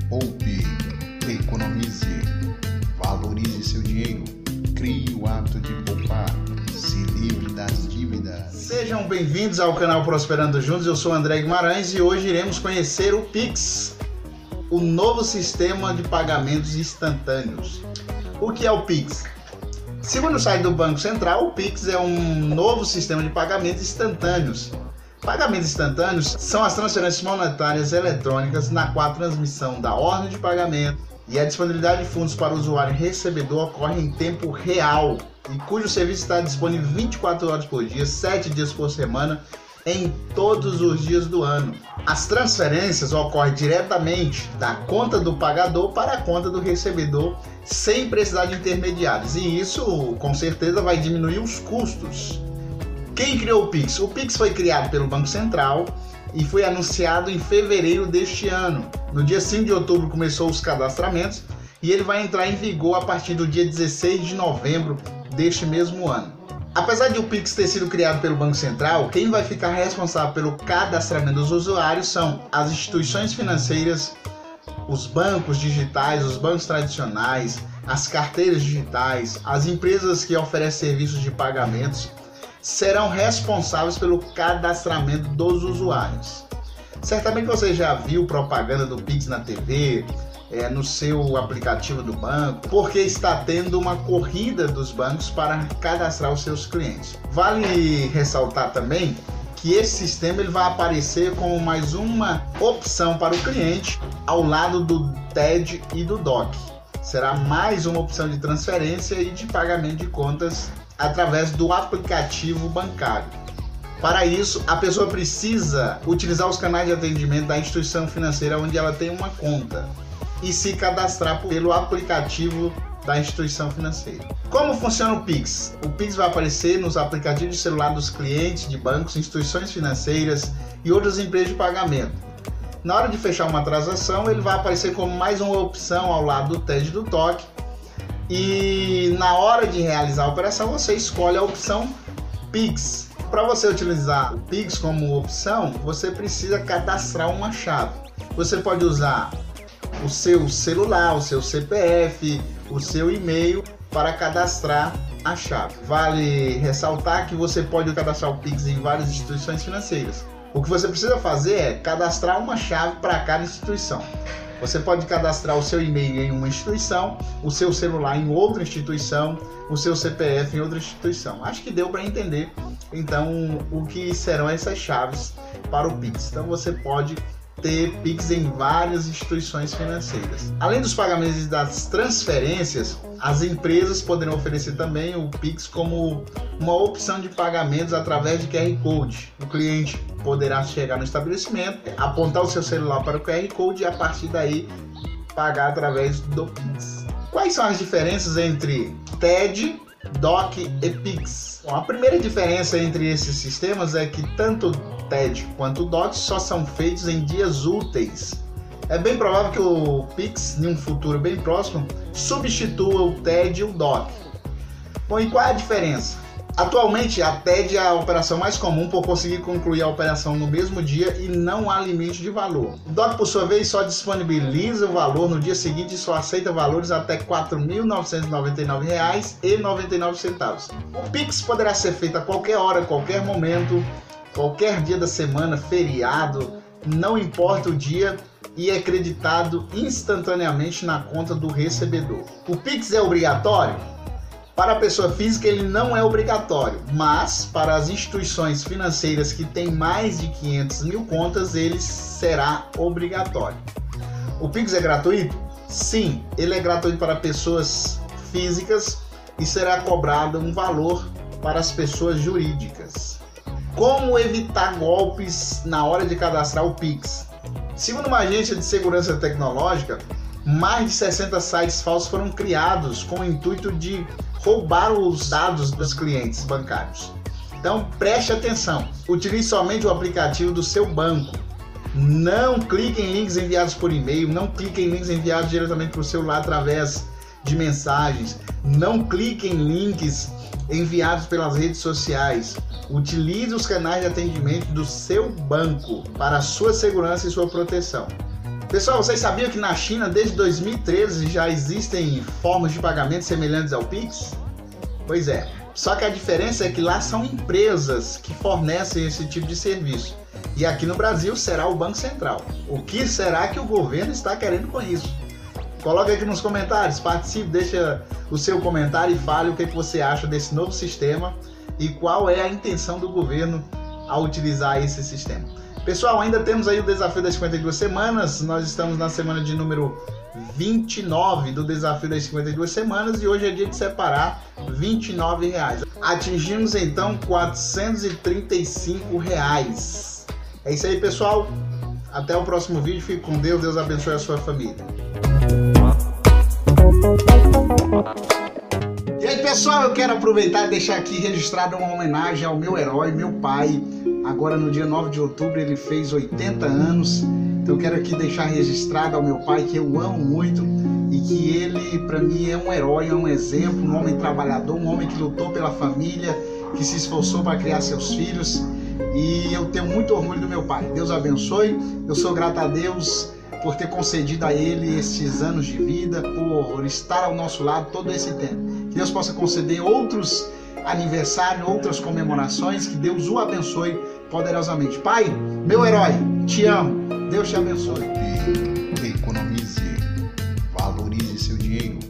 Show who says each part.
Speaker 1: Poupe, economize, valorize seu dinheiro, crie o hábito de poupar, se livre das dívidas.
Speaker 2: Sejam bem-vindos ao canal Prosperando Juntos, eu sou André Guimarães e hoje iremos conhecer o Pix, o novo sistema de pagamentos instantâneos. O que é o Pix? Segundo o site do Banco Central, o Pix é um novo sistema de pagamentos instantâneos. Pagamentos instantâneos são as transferências monetárias eletrônicas na qual a transmissão da ordem de pagamento e a disponibilidade de fundos para o usuário recebedor ocorre em tempo real e cujo serviço está disponível 24 horas por dia, 7 dias por semana, em todos os dias do ano. As transferências ocorrem diretamente da conta do pagador para a conta do recebedor, sem precisar de intermediários, e isso com certeza vai diminuir os custos. Quem criou o Pix? O Pix foi criado pelo Banco Central e foi anunciado em fevereiro deste ano. No dia 5 de outubro começou os cadastramentos e ele vai entrar em vigor a partir do dia 16 de novembro deste mesmo ano. Apesar de o Pix ter sido criado pelo Banco Central, quem vai ficar responsável pelo cadastramento dos usuários são as instituições financeiras, os bancos digitais, os bancos tradicionais, as carteiras digitais, as empresas que oferecem serviços de pagamentos, serão responsáveis pelo cadastramento dos usuários. Certamente você já viu propaganda do Pix na TV, no seu aplicativo do banco, porque está tendo uma corrida dos bancos para cadastrar os seus clientes. Vale ressaltar também que esse sistema ele vai aparecer como mais uma opção para o cliente ao lado do TED e do DOC. Será mais uma opção de transferência e de pagamento de contas através do aplicativo bancário. Para isso, a pessoa precisa utilizar os canais de atendimento da instituição financeira onde ela tem uma conta e se cadastrar pelo aplicativo da instituição financeira. Como funciona o Pix? O Pix vai aparecer nos aplicativos de celular dos clientes de bancos, instituições financeiras e outras empresas de pagamento. Na hora de fechar uma transação, ele vai aparecer como mais uma opção ao lado do TED e do TOC. E na hora de realizar a operação, você escolhe a opção Pix. Para você utilizar o Pix como opção, você precisa cadastrar uma chave. Você pode usar o seu celular, o seu CPF, o seu e-mail para cadastrar a chave. Vale ressaltar que você pode cadastrar o Pix em várias instituições financeiras. O que você precisa fazer é cadastrar uma chave para cada instituição. Você pode cadastrar o seu e-mail em uma instituição, o seu celular em outra instituição, o seu CPF em outra instituição. Acho que deu para entender, então, o que serão essas chaves para o Pix. Então, você pode ter Pix em várias instituições financeiras. Além dos pagamentos e das transferências, as empresas poderão oferecer também o Pix como uma opção de pagamentos através de QR Code. O cliente poderá chegar no estabelecimento, apontar o seu celular para o QR Code e a partir daí pagar através do Pix. Quais são as diferenças entre TED, DOC e Pix? Bom, a primeira diferença entre esses sistemas é que tanto o TED quanto o DOC só são feitos em dias úteis. É bem provável que o Pix, em um futuro bem próximo, substitua o TED e o DOC. Bom, e qual é a diferença? Atualmente, a TED é a operação mais comum por conseguir concluir a operação no mesmo dia e não há limite de valor. O DOC, por sua vez, só disponibiliza o valor no dia seguinte e só aceita valores até R$ 4.999,99. O Pix poderá ser feito a qualquer hora, qualquer momento, qualquer dia da semana, feriado, não importa o dia, e é creditado instantaneamente na conta do recebedor. O Pix é obrigatório? Para a pessoa física ele não é obrigatório, mas para as instituições financeiras que têm mais de 500 mil contas, ele será obrigatório. O Pix é gratuito? Sim, ele é gratuito para pessoas físicas e será cobrado um valor para as pessoas jurídicas. Como evitar golpes na hora de cadastrar o Pix? Segundo uma agência de segurança tecnológica, mais de 60 sites falsos foram criados com o intuito de roubar os dados dos clientes bancários. Então preste atenção, utilize somente o aplicativo do seu banco. Não clique em links enviados por e-mail, não clique em links enviados diretamente para o celular através de mensagens, não clique em links enviados pelas redes sociais. Utilize os canais de atendimento do seu banco para a sua segurança e sua proteção. Pessoal, vocês sabiam que na China, desde 2013, já existem formas de pagamento semelhantes ao Pix? Pois é, só que a diferença é que lá são empresas que fornecem esse tipo de serviço. E aqui no Brasil será o Banco Central. O que será que o governo está querendo com isso? Coloca aqui nos comentários, participe, deixa o seu comentário e fale o que você acha desse novo sistema e qual é a intenção do governo ao utilizar esse sistema. Pessoal, ainda temos aí o desafio das 52 semanas, nós estamos na semana de número 29 do desafio das 52 semanas e hoje é dia de separar R$29. Atingimos então R$435. É isso aí, pessoal. Até o próximo vídeo. Fique com Deus. Deus abençoe a sua família. E aí, pessoal, eu quero aproveitar e deixar aqui registrada uma homenagem ao meu herói, meu pai. Agora no dia 9 de outubro ele fez 80 anos. Então eu quero aqui deixar registrado ao meu pai que eu amo muito e que ele, para mim, é um herói, é um exemplo, um homem trabalhador, um homem que lutou pela família, que se esforçou para criar seus filhos. E eu tenho muito orgulho do meu pai. Deus abençoe. Eu sou grato a Deus por ter concedido a ele esses anos de vida, por estar ao nosso lado todo esse tempo. Que Deus possa conceder outros aniversários, outras comemorações. Que Deus o abençoe poderosamente. Pai, meu herói, te amo. Deus te abençoe.
Speaker 1: Economize, valorize seu dinheiro.